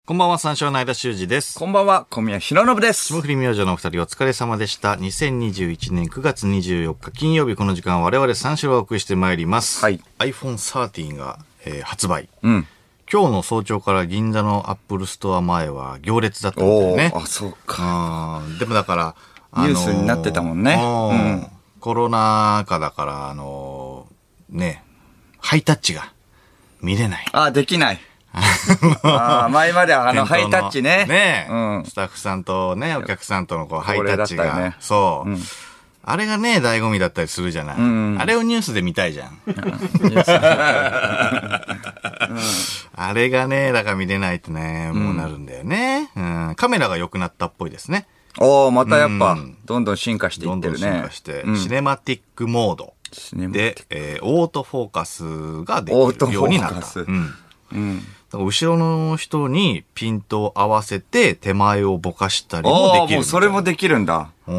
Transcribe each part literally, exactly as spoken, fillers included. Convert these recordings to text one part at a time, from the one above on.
こんばんは、三照の間修二です。 こんばんは、小宮浩信です。 霜降り明星のお二人お疲れ様でした。にせんにじゅういちねんくがつにじゅうよっか金曜日、この時間我々三照をお送りしてまいります。 はい。 アイフォンサーティーン が、えー、発売。 うん。 今日の早朝から銀座のアップルストア前は行列だったんだよね。 あ、そうか。 でもだから、 あのー、ニュースになってたもんね。 うん。コロナ禍だから、あのー、ね、ハイタッチが見れない。 あ、できない。ああ、前まであのハイタッチね。 ね、うん、スタッフさんとね、お客さんとのこうハイタッチが。ね、そう、うん。あれがね、醍醐味だったりするじゃない。うんうん、あれをニュースで見たいじゃん。あれがね、だから見れないってね、もうなるんだよね。うん、カメラが良くなったっぽいですね。 おー、またやっぱ、どんどん進化していってるね。 どんどん進化して、うん、シネマティックモードで、えー、オートフォーカスができるようになった。オートフォーカス。うんうん後ろの人にピントを合わせて手前をぼかしたりもできる。 ああ、もうそれもできるんだ。うん。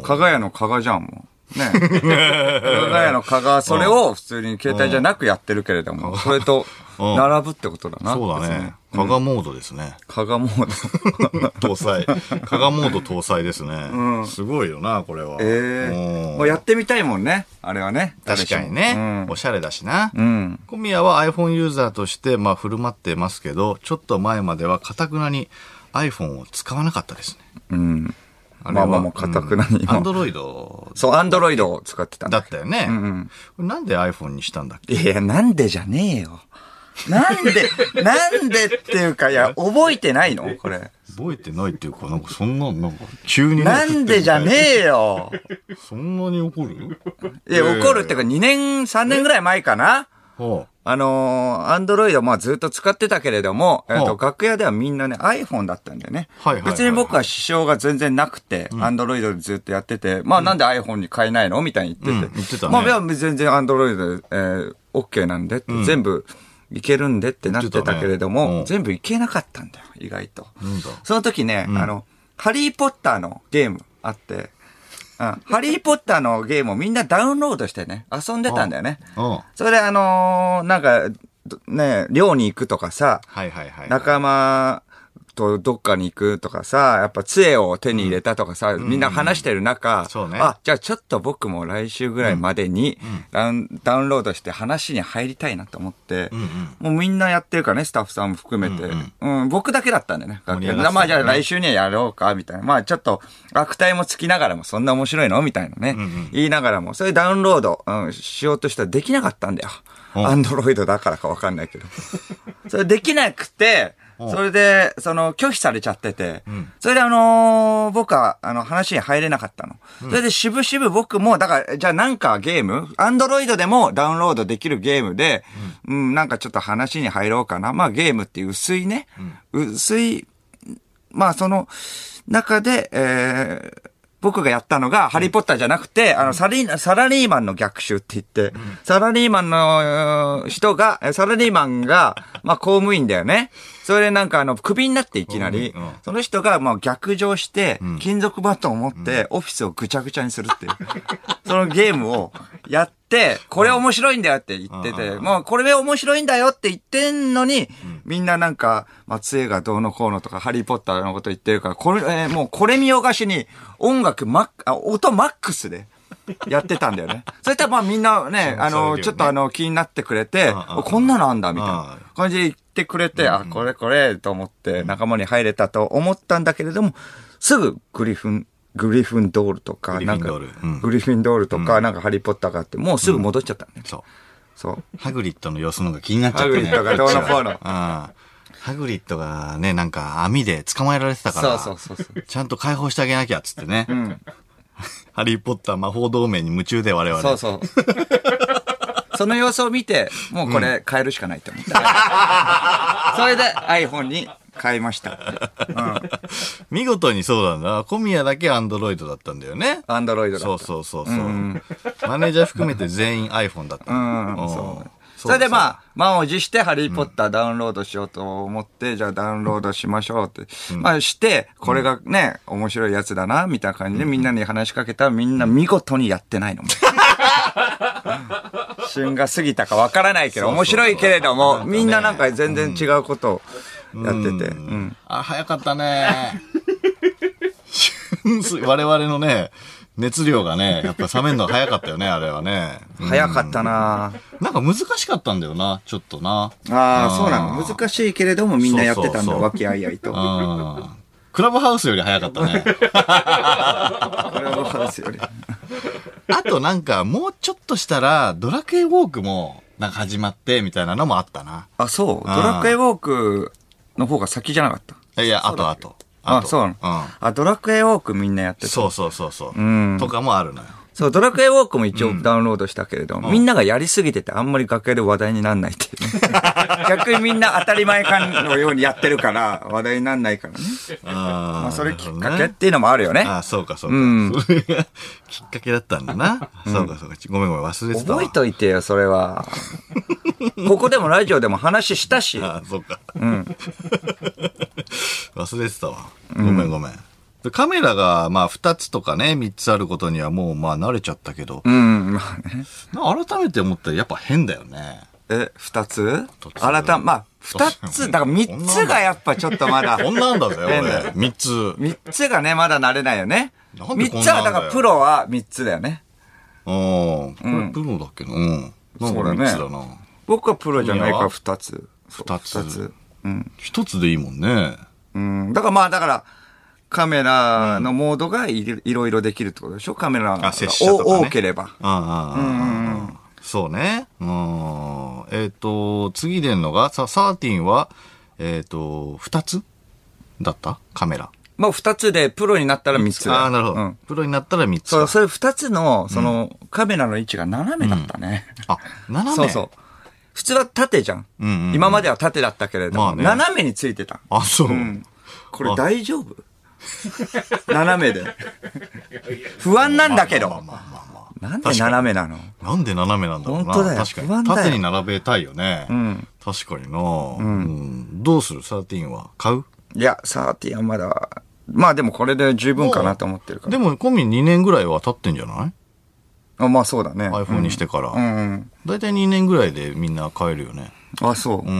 加賀屋の加賀じゃん、もう。ね。加賀屋の加賀、それを普通に携帯じゃなくやってるけれども、それと並ぶってことだな。 そうだね。加賀モードですね。 加賀モード。搭載。加賀モード搭載ですね。うん。すごいよな、これは。 ええ。もうやってみたいもんね。あれはね。 確かにね。おしゃれだしな。うん。小宮は iPhone ユーザーとして、まあ、振る舞ってますけど、ちょっと前までは堅くなに iPhone を使わなかったですね。 うん。まあまあもう堅くなに。 アンドロイド。 そう、アンドロイドを使ってたんだ。だったよね。うんうん。なんで iPhone にしたんだっけ？ いや、なんでじゃねえよ。なんで、なんでっていうか、いや、覚えてないのこれ。 覚えてないっていうか、なんかそんな、なんか、急に。 なんでじゃねえよ。 そんなに怒る？ いや、怒るっていうか、にねん、さんねんぐらい前かな。あのー、アンドロイド、まあずっと使ってたけれども、えっと、楽屋ではみんなね、iPhone だったんだよね。はいはいはいはい。別に僕は支障が全然なくて、アンドロイドでずっとやってて、まあなんで iPhone に変えないのみたいに言ってて。 言ってたね。 まあ全然アンドロイドで、えー、OK なんでって、全部、いけるんでってなってたけれども、全部いけなかったんだよ、意外と。その時ね、あの、ハリーポッターのゲームあって、うん、ハリーポッターのゲームをみんなダウンロードしてね、遊んでたんだよね。それであのー、なんか、ね、寮に行くとかさ、はいはいはい、仲間とどっかに行くとかさ、やっぱ杖を手に入れたとかさ、うん、みんな話してる中、うんね、あ、じゃあちょっと僕も来週ぐらいまでにダウン、うん、ダウンロードして話に入りたいなと思って、うんうん、もうみんなやってるからね、スタッフさんも含めて。うんうんうん、僕だけだったんだよね。ねまあじゃあ来週にはやろうか、みたいな。まあちょっと悪態もつきながらもそんな面白いのみたいなね、うんうん。言いながらも、それダウンロード、うん、しようとしたらできなかったんだよ。アンドロイドだからかわかんないけど。それできなくて、それで、その、拒否されちゃってて、うん、それであのー、僕は、あの、話に入れなかったの。うん、それで、しぶしぶ僕も、だから、じゃあなんかゲームアンドロイドでもダウンロードできるゲームで、うん、うん、なんかちょっと話に入ろうかな。まあ、ゲームっていう薄いね、うん、薄い、まあ、その、中で、えー、僕がやったのが、ハリーポッターじゃなくて、あの、サリー、サラリーマンの逆襲って言って、うん、サラリーマンの人が、サラリーマンが、まあ、公務員だよね。それでなんかあの、クビになっていきなり、うんうん、その人がまあ逆上して、金属バットを持って、オフィスをぐちゃぐちゃにするっていう、そのゲームをやって、これ面白いんだよって言ってて、もうこれ面白いんだよって言ってんのに、みんななんか、松江がどうのこうのとか、ハリーポッターのこと言ってるから、これ、えー、もうこれ見よがしに、音楽マッ、あ、音マックスで、やってたんだよね。それとまあみんなね、あの、ちょっとあの、気になってくれて、こんなのあんだ、みたいな感じで言ってくれて、あ、これこれ、と思って仲間に入れたと思ったんだけれども、すぐグリフン、グリフンドールとか、なんか、グリフィンドールとか、なんかハリーポッターがあって、もうすぐ戻っちゃったんだよ。そう。そう。 ハグリッドの様子の方が気になっちゃってね。 ハグリッドがどうのこうの。 ハグリッドがね、なんか網で捕まえられてたから、そうそうそうそう。ちゃんと解放してあげなきゃっつってね。うん。ハリーポッター魔法同盟に夢中で我々。 そうそう。その様子を見て、もうこれ変えるしかないと思った。うん、それで iPhone に変えました。うん、 見事にそうなんだ。小宮だけ Android だったんだよね。 Android だった。 そうそうそうそう、うん。マネージャー含めて全員 iPhone だった。うん。うん、そう。 それでまあ、満を持してハリーポッターダウンロードしようと思って、うん、じゃあダウンロードしましょうって。うん、まあして、これがね、面白いやつだな、みたいな感じでみんなに話しかけたらみんな見事にやってないの。旬が過ぎたかわからないけど、面白いけれども、みんななんか全然違うことをやってて。うん。 あ、早かったね。我々のね、熱量がね、やっぱ冷めるのが早かったよね、あれはね。 早かったななんか難しかったんだよな、ちょっとな。 ああ、そうなの。難しいけれどもみんなやってたんだ、和気あいあいと。 クラブハウスより早かったね。クラブハウスより。 あとなんか、もうちょっとしたら、ドラクエウォークも、なんか始まって、みたいなのもあったな。 あ、そうドラクエウォークの方が先じゃなかった？ いや、あとあと。 あ、そうなの、うん、あ、ドラクエウォークみんなやってた。 そうそうそうそう。うん。とかもあるのよ。 そう、ドラクエウォークも一応ダウンロードしたけれど、うん、みんながやりすぎててあんまり楽屋で話題にならないっていうね。逆にみんな当たり前かのようにやってるから話題にならないからね。あまあそれきっかけっていうのもあるよね。 ああ、そうかそうか。うん。それがきっかけだったんだな。うん、そうかそうか。ごめんごめん忘れてたわ。 覚えといてよ、それは。ここでもラジオでも話したし。 ああ、そうか。うん。忘れてたわ。ごめんごめん。カメラが、まあ、二つとかね、三つあることにはもう、まあ、慣れちゃったけど。 うん、まあね。 改めて思ったらやっぱ変だよね。 え、二つ改め、まあ、二つ、だから三つがやっぱちょっとまだ。 こんなんだぜ、俺。三つ。 三つがね、まだ慣れないよね。三つは、だからプロは三つだよね。 ああ、これプロだっけな。うん。 そうだね。三つだな。僕はプロじゃないから二つ。 二つ。二つ。うん。一つでいいもんね。 うん。だからまあ、だから、カメラのモードがいろいろできるってことでしょ？カメラが多ければ。 そうね。えっと、次出んのが、さ、サーティンは、えっと、二つだったカメラ。 まあ二つで、プロになったら三つ。 ああ、なるほど。プロになったら三つ。 そう、それ二つの、その、カメラの位置が斜めだったね。 あ、斜め？ そうそう。普通は縦じゃん。今までは縦だったけれども、斜めについてた。 あ、そう。 これ大丈夫？斜めで。不安なんだけど。なんで斜めなの？ なんで斜めなんだろうな。 本当だよ。 確かに。縦に並べたいよね。うん。確かにな。うん。どうする？サーティーンは買う？ いや、サーティーンはまだ、まあでもこれで十分かなと思ってるから。 でも、コミにねんぐらいは経ってんじゃない？ あ、まあそうだね。 iPhone にしてから。うん。だいたいにねんぐらいでみんな買えるよね。 あ、そう。うん。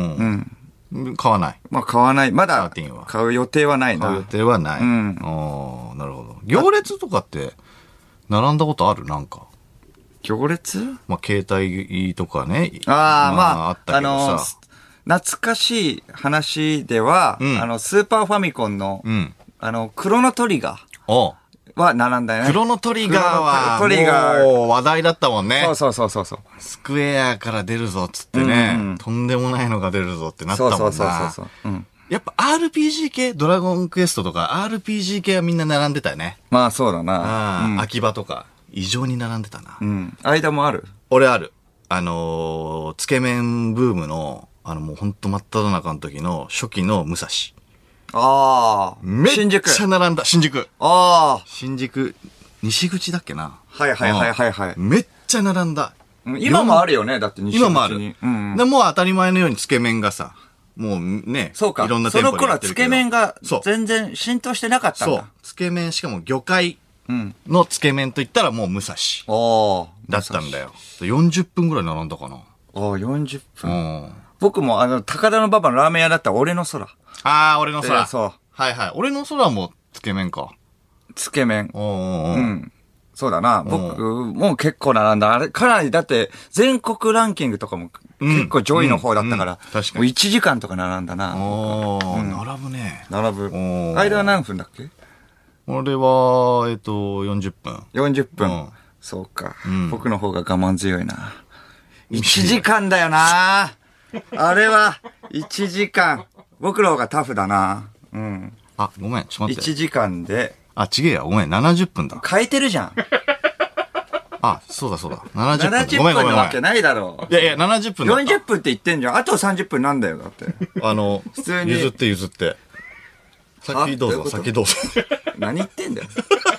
買わない。 まあ買わない。まだ買う予定はないな。 買う予定はない。うん。ああ、なるほど。行列とかって並んだことある？なんか。 行列？ まあ携帯とかね。 ああ、まあ、あったけどさ。あの、懐かしい話では、うん、あの、スーパーファミコンの、うん、あの、クロノトリガーは並んだよね。 クロノトリガーは、トリガーもう話題だったもんね。 そうそうそうそうそう。 スクエアから出るぞっつってね、うんうん、とんでもないのが出るぞってなったもんな。そうそうそうそう、うん。やっぱ アールピージー 系、ドラゴンクエストとか アールピージー 系はみんな並んでたよね。 まあそうだな。 あ、うん、秋葉とか、異常に並んでたな。 うん。間もある？ 俺ある。あのー、つけ麺ブームの、あのもうほんと真っ只中の時の初期の武蔵。 ああ。 めっちゃ並んだ。新宿。 ああ。 新宿、西口だっけな。 はいはいはいはいはい。 めっちゃ並んだ。 今もあるよね。だって西口に。 今もある。うん、でもう当たり前のようにつけ麺がさ、もうね、 そうか。 いろんな店舗でやってるけど。その頃はつけ麺が全然浸透してなかったんだ。 そう。つけ麺、しかも魚介のつけ麺といったらもう武蔵。だったんだよ。よんじゅっぷんぐらい並んだかな。 ああ、よんじゅっぷん。僕もあの、高田の馬場のラーメン屋だったら俺の空。 ああ、俺の空。 そう。 はいはい。俺の空もつけ麺か。 つけ麺。うん。そうだな。僕、もう結構並んだ。あれ、かなり、だって、全国ランキングとかも結構上位の方だったから、確かに。もういちじかんとか並んだな。 おー、並ぶね。 並ぶ。間は何分だっけ？ 俺は、えっと、よんじゅっぷん。 よんじゅっぷん。そうか。僕の方が我慢強いな。いちじかんだよな。あれは、いちじかん。僕の方がタフだな。うん。 あ、ごめん、ちょっと待って。 いちじかんで。 あ、ちげえや。ごめん、ななじゅっぷんだ。 変えてるじゃん。 あ、そうだそうだ。ななじゅっぷん。 ななじゅっぷんのわけないだろう。いやいや、ななじゅっぷんだった。 よんじゅっぷんって言ってんじゃん。あとさんじゅっぷんなんだよ、だって。 あの、普通に。譲って譲って。先どうぞ、先どうぞ。 何言ってんだよ。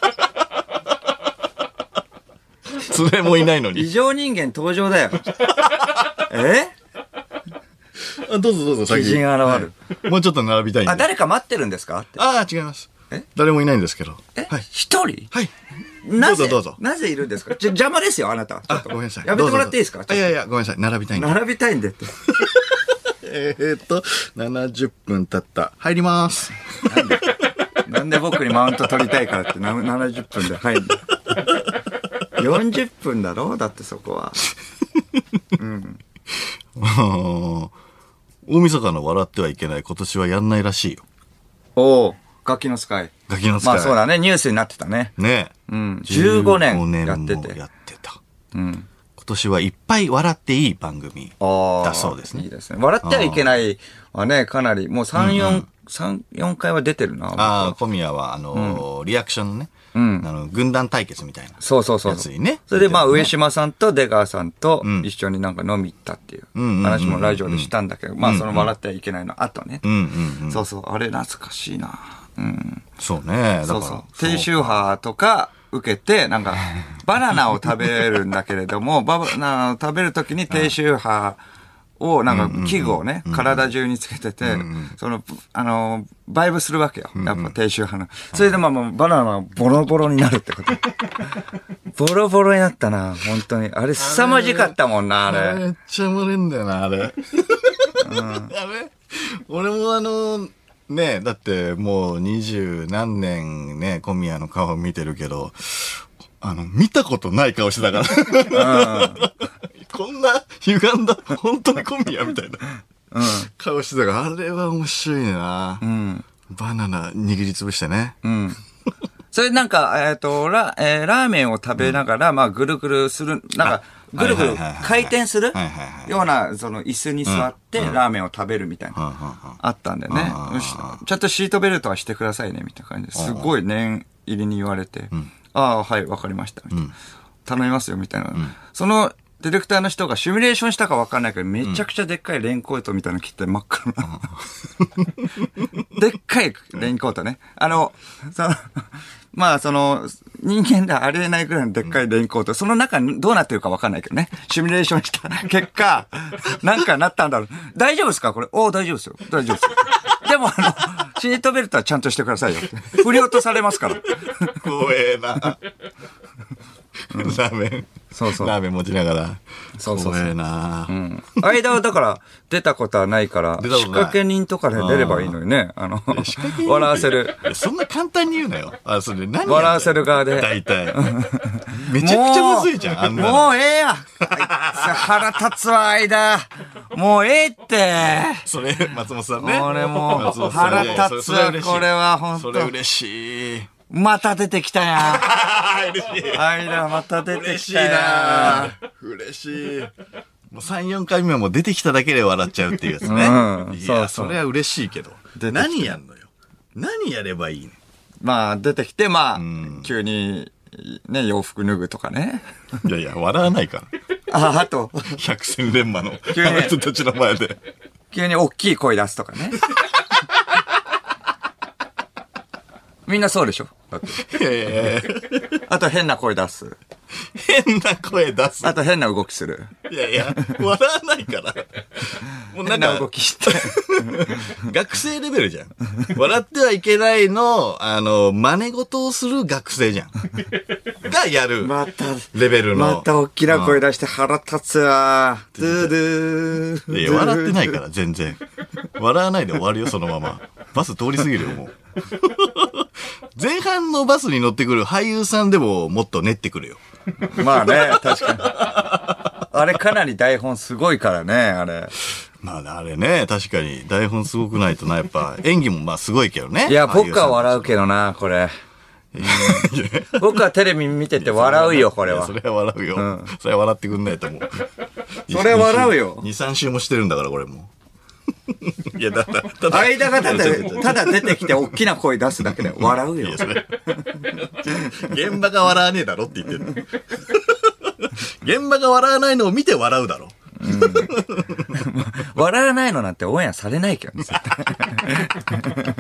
連れもいないのに。 異常人間登場だよ。えあ、どうぞどうぞ、 先。奇人現る、 はい。もうちょっと並びたいんで。 あ、誰か待ってるんですか？ ああ、違います。え誰もいないんですけど。 えはい。一人？ はい。 なぜ、 どうぞどうぞ。 なぜいるんですか？じゃ、邪魔ですよ、あなた。 あ、ごめんなさい。 やめてもらっていいですか？ いやいや、ごめんなさい。並びたいんで。 並びたいんでって。 えーっと、ななじゅっぷん経った。入ります。 なんで、なんで僕にマウント取りたいからってななじゅっぷんで入るの？よんじゅっぷんだろ？だってそこは。うん。 大晦日の笑ってはいけない今年はやんないらしいよ。 おお、ガキの使い。 ガキの使い。 まあそうだね、ニュースになってたね。 ね。 うん。じゅうごねんやってて。 やってた。 うん。 今年はいっぱい笑っていい番組だそうですね。 いいですね。笑ってはいけないはね、かなり、もうさん、よん、さん、よんかいは出てるな。 ああ、小宮は、あのー、リアクションのね。うん、あの軍団対決みたいな。 そうそうそう。やつにね。それでまあ、上島さんと出川さんと一緒になんか飲み行ったっていう話もラジオでしたんだけど、まあその笑ってはいけないの後ね。そうそう。あれ懐かしいな。うん。 そうね。 そうそう。低周波とか受けて、なんか、バナナを食べるんだけれども、バナナを食べるときに低周波を、なんか器具をね、体中につけてて、その、あの、バイブするわけよ。やっぱ低周波の。それでまあもうバナナがボロボロになるってこと。ボロボロになったな、本当に。あれ凄まじかったもんな、あれ。 めっちゃ漏れんだよな、あれ。うん、やべ。俺もあの、ね、だってもう二十何年ね、小宮の顔見てるけど、あの、見たことない顔してたから。うんこんな歪んだ、本当に小宮みたいな、うん、顔してたから、あれは面白いな、うん、バナナ握りつぶしてね。うん。 それなんか、えっ、ー、と、ラ、えー、ラーメンを食べながら、うん、まあ、ぐるぐるする、なんか、ぐるぐる回転するような、その椅子に座って、ラーメンを食べるみたいな、あったんでね。ちゃんとシートベルトはしてくださいね、みたいな感じですごい念入りに言われて、うん、ああ、はい、わかりました、みたいな、うん。頼みますよ、みたいな。うん、その、ディレクターの人がシミュレーションしたか分かんないけど、めちゃくちゃでっかいレインコートみたいなの着て真っ黒な。でっかいレインコートね。あの、その、まあその、人間ではありえないぐらいのでっかいレインコート。その中にどうなってるか分かんないけどね。シミュレーションした結果、なんかなったんだろう。大丈夫ですかこれ。お大丈夫ですよ。大丈夫ですよ。でもあの、シートベルトはちゃんとしてくださいよ。振り落とされますから。 怖えな。ラーメン。そうそう。ラーメン持ちながら。そうそうそう。怖えな、 うん。間はだから、出たことはないから、仕掛け人とかで出ればいいのにね。あの、笑わせる。 そんな簡単に言うなよ。あ、それ何笑わせる側で。 大体。めちゃくちゃむずいじゃん、あんなの。 もうええや。腹立つわ、間。もうええって。 それ、松本さんね。 俺もう、腹立つわ、これは本当。 それ嬉しい。 また出てきたやん。嬉しい。 間また出てきたやん。嬉しいな。嬉しい。もうさん、よんかいめはもう出てきただけで笑っちゃうっていうやつね。うん。いや、そうそうそれは嬉しいけど。何やんのよ。何やればいいね。 まあ、出てきて、まあ、うん、急に、ね、洋服脱ぐとかね。 いやいや、笑わないから。 あ、あと。 百戦錬磨の、あの人たちの前で。 急に大きい声出すとかね。みんなそうでしょだって。いやいやいやあと変な声出す。 変な声出す。 あと変な動きする。 いやいや、笑わないから。 もうなんか変な動きして。 学生レベルじゃん。笑ってはいけないの、あの、真似事をする学生じゃん。がやる。また、レベルの。 また大きな声出して腹立つわ。ドゥドゥ。いや、笑ってないから、全然。笑わないで終わるよ、そのまま。バス通り過ぎるよ、もう。前半のバスに乗ってくる俳優さんでももっと練ってくるよ。 まあね、確かに。あれかなり台本すごいからね、あれ。 まああれね、確かに台本すごくないとな、やっぱ演技もまあすごいけどね。 いや、僕は笑うけどな、これ。僕はテレビ見てて笑うよ、これは。 それは笑うよ。うん、それは笑ってくんないと思う。 それは笑うよ。 に、さん週もしてるんだから、これも。 いや、だただ、間がただ、ただ出てきて大きな声出すだけで笑うよ。いや、それ。 現場が笑わねえだろって言ってる。現場が笑わないのを見て笑うだろ。うん、 笑わないのなんてオンエアされないけどね。 確か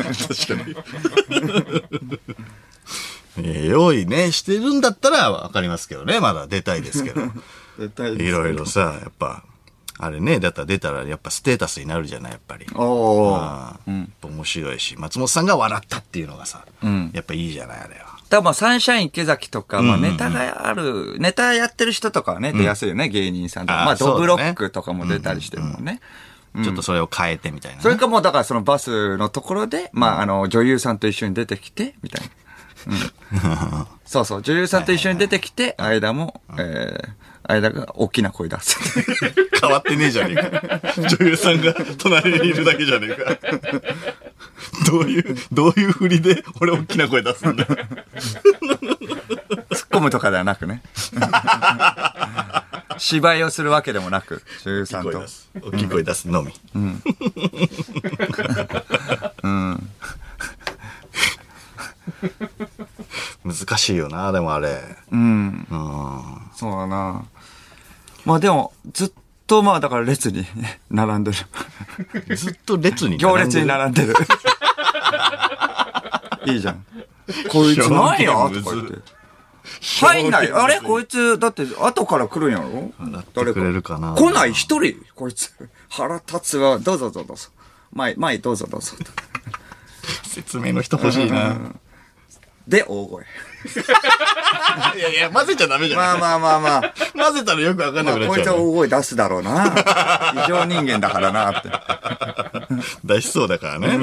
に。えー、用意ね、してるんだったらわかりますけどね。まだ出たいですけど。出たいです。いろいろさ、やっぱ。あれね、だったら出たらやっぱステータスになるじゃない、やっぱり。おー。うん、面白いし、松本さんが笑ったっていうのがさ、うん、やっぱいいじゃない、あれは。 多分サンシャイン池崎とか、まあネタがある、ネタやってる人とかはね、出やすいよね、芸人さんとか。まあドブロックとかも出たりしてるもんね。 ちょっとそれを変えてみたいな、ね。 それかもうだからそのバスのところで、まああの女優さんと一緒に出てきて、みたいな。うん、そうそう、女優さんと一緒に出てきて、間も、えー、間が大きな声出す。 変わってねえじゃねえか。女優さんが隣にいるだけじゃねえか。どういう、どういう振りで俺大きな声出すんだよ。 突っ込むとかではなくね。芝居をするわけでもなく、女優さんと。 大きい声出すのみ。うん。うん。難しいよな、でもあれ。うん。うん。 そうだな。まあでも、ずっとまあだから列に並んでる。ずっと列に並んでる。 行列に並んでる。いいじゃん。こいつ何やとか言って。入んない。あれこいつ、だって後から来るんやろ誰か。くれるかな。 来ない一人こいつ。腹立つわ。どうぞどうぞ。前、前どうぞどうぞ。 説明の人欲しいな。 で、大声。 いやいや、混ぜちゃダメじゃん。 まあまあまあまあ。 混ぜたらよくわかんなくなっちゃう、ね。まあ、 こいつは大声出すだろうな。異常人間だからなって。 出しそうだからね。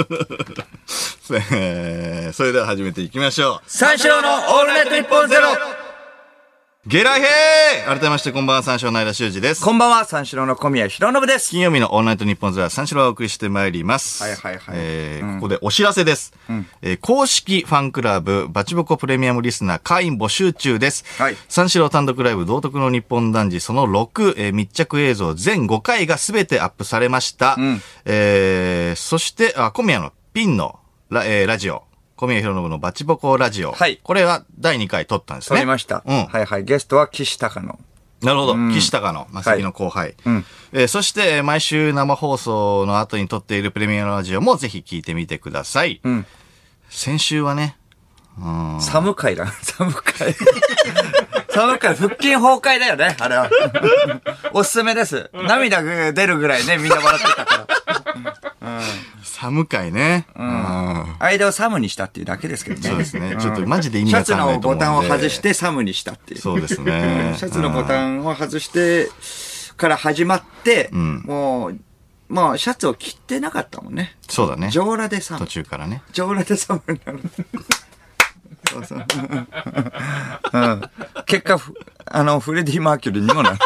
それでは始めていきましょう。 三四郎のオールナイトニッポンゼロ。 ゲラヘー改めましてこんばんは、三四郎の間修二です。 こんばんは、三四郎の小宮浩信です。 金曜日のオールナイトニッポンゼロは三四郎をお送りしてまいります。 はいはいはい。 えーうん、ここでお知らせです、うんえー。公式ファンクラブ、バチボコプレミアムリスナー会員募集中です。はい。三四郎単独ライブ、道徳の日本男児そのろく、えー、密着映像全ごかいがすべてアップされました。うん、えー、そして、あ、小宮のピンのラ、えー、ラジオ。小宮浩信のバチボコラジオ。はい。これはだいにかい撮ったんですね。 撮りました。うん。はいはい。ゲストは岸高野。 なるほど。うん、岸高野。まさきの後輩。はい、うん。えー、そして、毎週生放送の後に撮っているプレミアムラジオもぜひ聞いてみてください。うん。先週はね、 うん。寒かいだ。寒かい。寒かい。腹筋崩壊だよね、あれは。おすすめです。涙が出るぐらいね、みんな笑ってたから。 うん、寒かいね。うん。 間をサムにしたっていうだけですけどね。 そうですね。ちょっとマジで意味わかんないと思うんで。 シャツのボタンを外してサムにしたっていう。 そうですね。 シャツのボタンを外してから始まって、うん、もう、もうシャツを着てなかったもんね。 そうだね。 上裸でサム。 途中からね。 上裸でサムになる。そうそう。うん、結果、あの、フレディ・マーキュリーにもなる。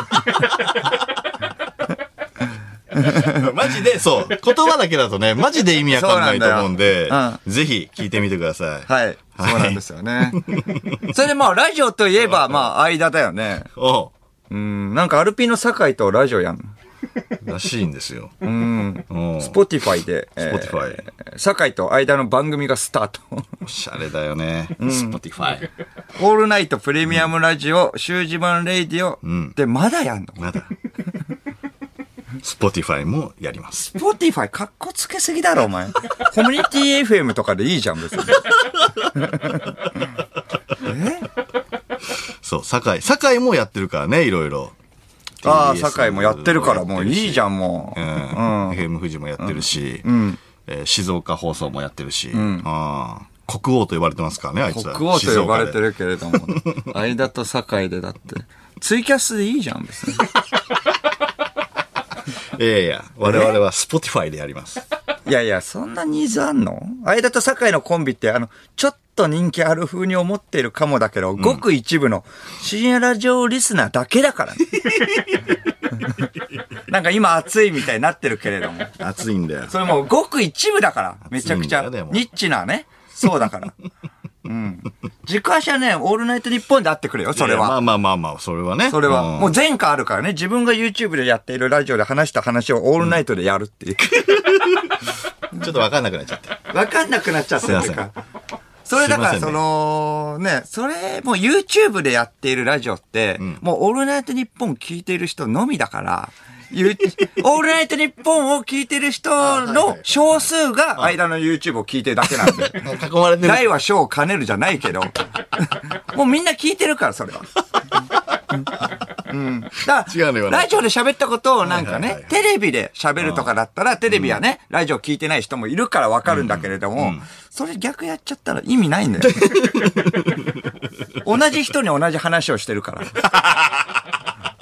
マジで、そう。言葉だけだとね、マジで意味わかんないと思うんで、うん、ぜひ聞いてみてください。 はい。はい、そうなんですよね。それでまあ、ラジオといえば、まあ、間だよね。おう。うん、なんかアルピーの酒井とラジオやん。 らしいんですよ。 うん。スポティファイで、 スポティファイ。 酒井と間の番組がスタート。 おしゃれだよね。スポティファイ。 オールナイトプレミアムラジオ、習字版レイディオ、うん、で、まだやんのまだ。スポティファイもやります。 スポティファイかっこつけすぎだろ、お前。コミュニティ エフエム とかでいいじゃん、別に。 えそう、酒井。酒井もやってるからね、いろいろ。 ああ、酒井もやってるからもういいじゃん、もう。うん。 エフエム 富士もやってるし、うん。えー、静岡放送もやってるし、うん。ああ。国王と呼ばれてますからね、あいつは。 国王と呼ばれてるけれども。間と酒井でだって。ツイキャスでいいじゃん、別に。 いやいや、我々は Spotify でやります。 いやいや、そんなニーズあんの？間と酒井のコンビって、あの、ちょっと人気ある風に思っているかもだけど、うん、ごく一部の深夜ラジオリスナーだけだからね。なんか今熱いみたいになってるけれども。 熱いんだよ。 それもうごく一部だから。めちゃくちゃ。ニッチなね。そうだから。うん。軸足はね、オールナイトニッポンで会ってくれよ、それは。 まあまあまあまあ、それはね。 それは。うん、もう前科あるからね、自分が YouTube でやっているラジオで話した話をオールナイトでやるっていう。 うん、ちょっとわかんなくなっちゃって。 わかんなくなっちゃってるか。それだから、その、ね、それ、もう YouTube でやっているラジオって、うん、もうオールナイトニッポン聞いている人のみだから、オールナイトニッポンを聞いてる人の少数が間の YouTube を聞いてるだけなんで。 囲まれてる。 大は小を兼ねるじゃないけど。もうみんな聞いてるから、それは。うん。だから、違うのよ。ラジオで喋ったことをなんかね、テレビで喋るとかだったら、テレビはね、うん、ラジオ聞いてない人もいるからわかるんだけれども、うんうん、それ逆やっちゃったら意味ないんだよ。同じ人に同じ話をしてるから。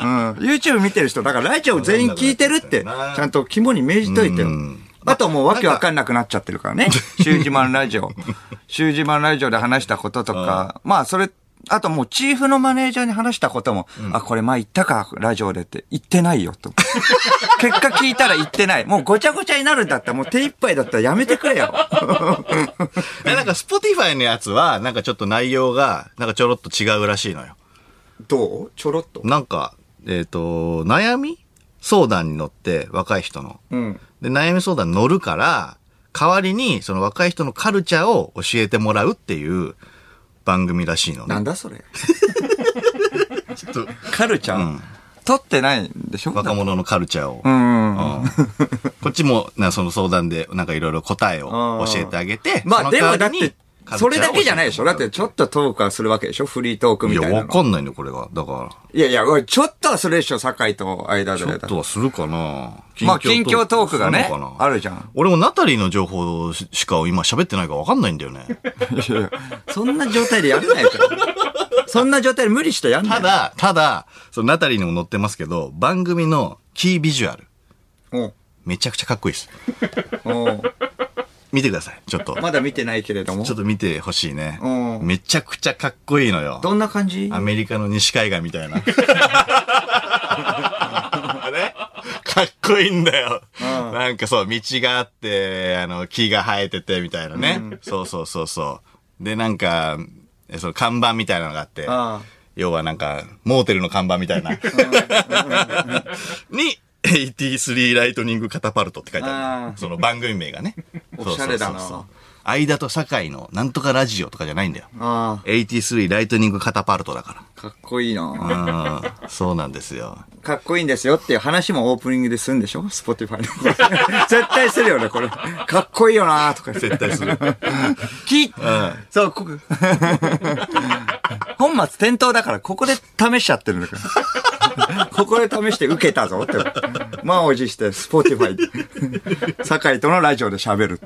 YouTube 見てる人、だからラジオ全員聞いてるって、ちゃんと肝に銘じといてよ。あともうわけわかんなくなっちゃってるからね。シュージマンラジオ。シュージマンラジオで話したこととか、まあそれ、あともうチーフのマネージャーに話したことも、うん、あ、これ前言ったか、ラジオでって言ってないよと。結果聞いたら言ってない。もうごちゃごちゃになるんだったら、もう手一杯だったらやめてくれよ。 なんかスポティファイのやつは、なんかちょっと内容が、なんかちょろっと違うらしいのよ。 どうちょろっとなんか、えっと、悩み相談に乗って、若い人の。うん。で、悩み相談に乗るから、代わりに、その若い人のカルチャーを教えてもらうっていう、番組らしいのね。 なんだそれ。ちょっとカルチャー、うん、撮ってないんでしょ。 若者のカルチャーを。うん、うん、こっちもなその相談でなんかいろいろ答えを教えてあげて。 まあでもだってそれだけじゃないでしょ。だってちょっとトークはするわけでしょ。フリートークみたいなの。 いやわかんないんだよこれが。だから。 いやいやちょっとはするでしょ。酒井と間で。 ちょっとはするかな。 まあ近況トークがねあるじゃん。 俺もナタリーの情報しか今喋ってないからわかんないんだよね。 いやいやそんな状態でやれないから。そんな状態で無理してやんない。 ただただそのナタリーにも載ってますけど番組のキービジュアル。おめちゃくちゃかっこいいです。お見てください。ちょっと。 まだ見てないけれども。 ちょっと見てほしいね。めちゃくちゃかっこいいのよ。 どんな感じ？ アメリカの西海岸みたいな。ね、かっこいいんだよ。なんかそう、道があって、あの、木が生えててみたいなね。うん、そうそうそうそう。で、なんか、その看板みたいなのがあって、あ要はなんか、モーテルの看板みたいな。に、エイティースリー ライトニングカタパルトって書いてある。その番組名がね。 おしゃれだな。そうそうそう間と堺のなんとかラジオとかじゃないんだよ。エイティースリー ライトニングカタパルトだから。 かっこいいなうん。そうなんですよ。 かっこいいんですよっていう話もオープニングでするんでしょスポティファイの。絶対するよね、これ。かっこいいよなとか。 絶対する。 き、うん、そう、ここ。本末転倒だから、ここで試しちゃってるんだから。ここで試して受けたぞって。満を持して、スポティファイで。堺とのラジオで喋るって。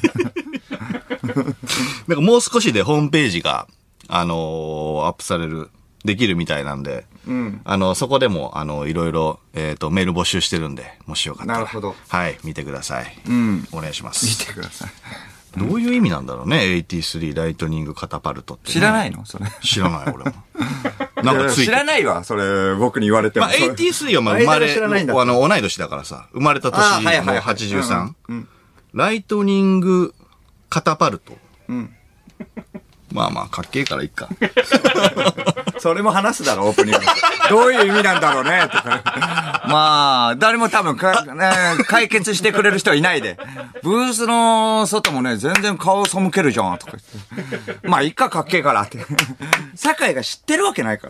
なんかもう少しでホームページが、あのー、アップされる、できるみたいなんで、うん、あの、そこでも、あの、いろいろ、えっと、メール募集してるんで、もしよかったら。 なるほど。 はい、見てください。うん。お願いします。 見てください。 どういう意味なんだろうね、エイティースリー ライトニングカタパルトって、ね。 知らないのそれ。 知らない、俺も。 なんかついて知らないわ、それ、僕に言われても。 まあ、エイティースリー はまあ生まれ、あの、同い年だからさ、生まれた年のはちじゅうさん。ライトニングカタパルト。うん。まあまあ、かっけえからいっか。 それも話すだろ、オープニング。どういう意味なんだろうね、とか。まあ、誰も多分か、ね、解決してくれる人はいないで。ブースの外もね、全然顔背けるじゃん、とか言って。まあ、いっか、かっけえからって。酒井が知ってるわけないから。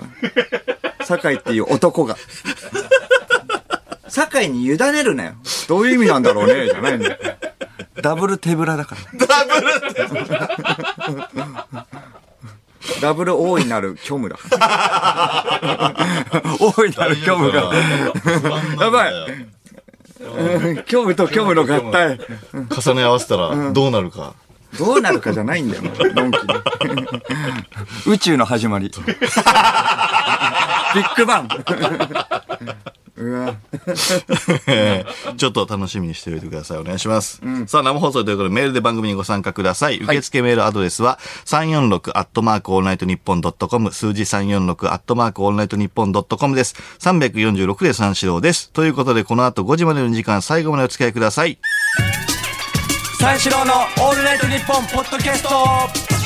酒井っていう男が。酒井に委ねるなよ。どういう意味なんだろうね、じゃないんだよ。ダブル手ぶらだから。ダブル手ぶらダブル大いなる虚無だから。大いなる虚無が。やばい。虚無と虚無の合体。 重ね合わせたらどうなるか。 うん、どうなるかじゃないんだよ、ドンキで。宇宙の始まり。ビッグバン。うわちょっと楽しみにしておいてください。お願いします。うん、さあ、生放送ということでメールで番組にご参加ください。受付メールアドレスはさんよんろくアットマークオールナイトニッポンドットコム、数字さんよんろくアットマークオールナイトニッポンドットコムです。さんびゃくよんじゅうろくで三四郎です。ということで、この後ごじまでの時間、最後までお付き合いください。 三四郎のオールナイトニッポンポッドキャスト。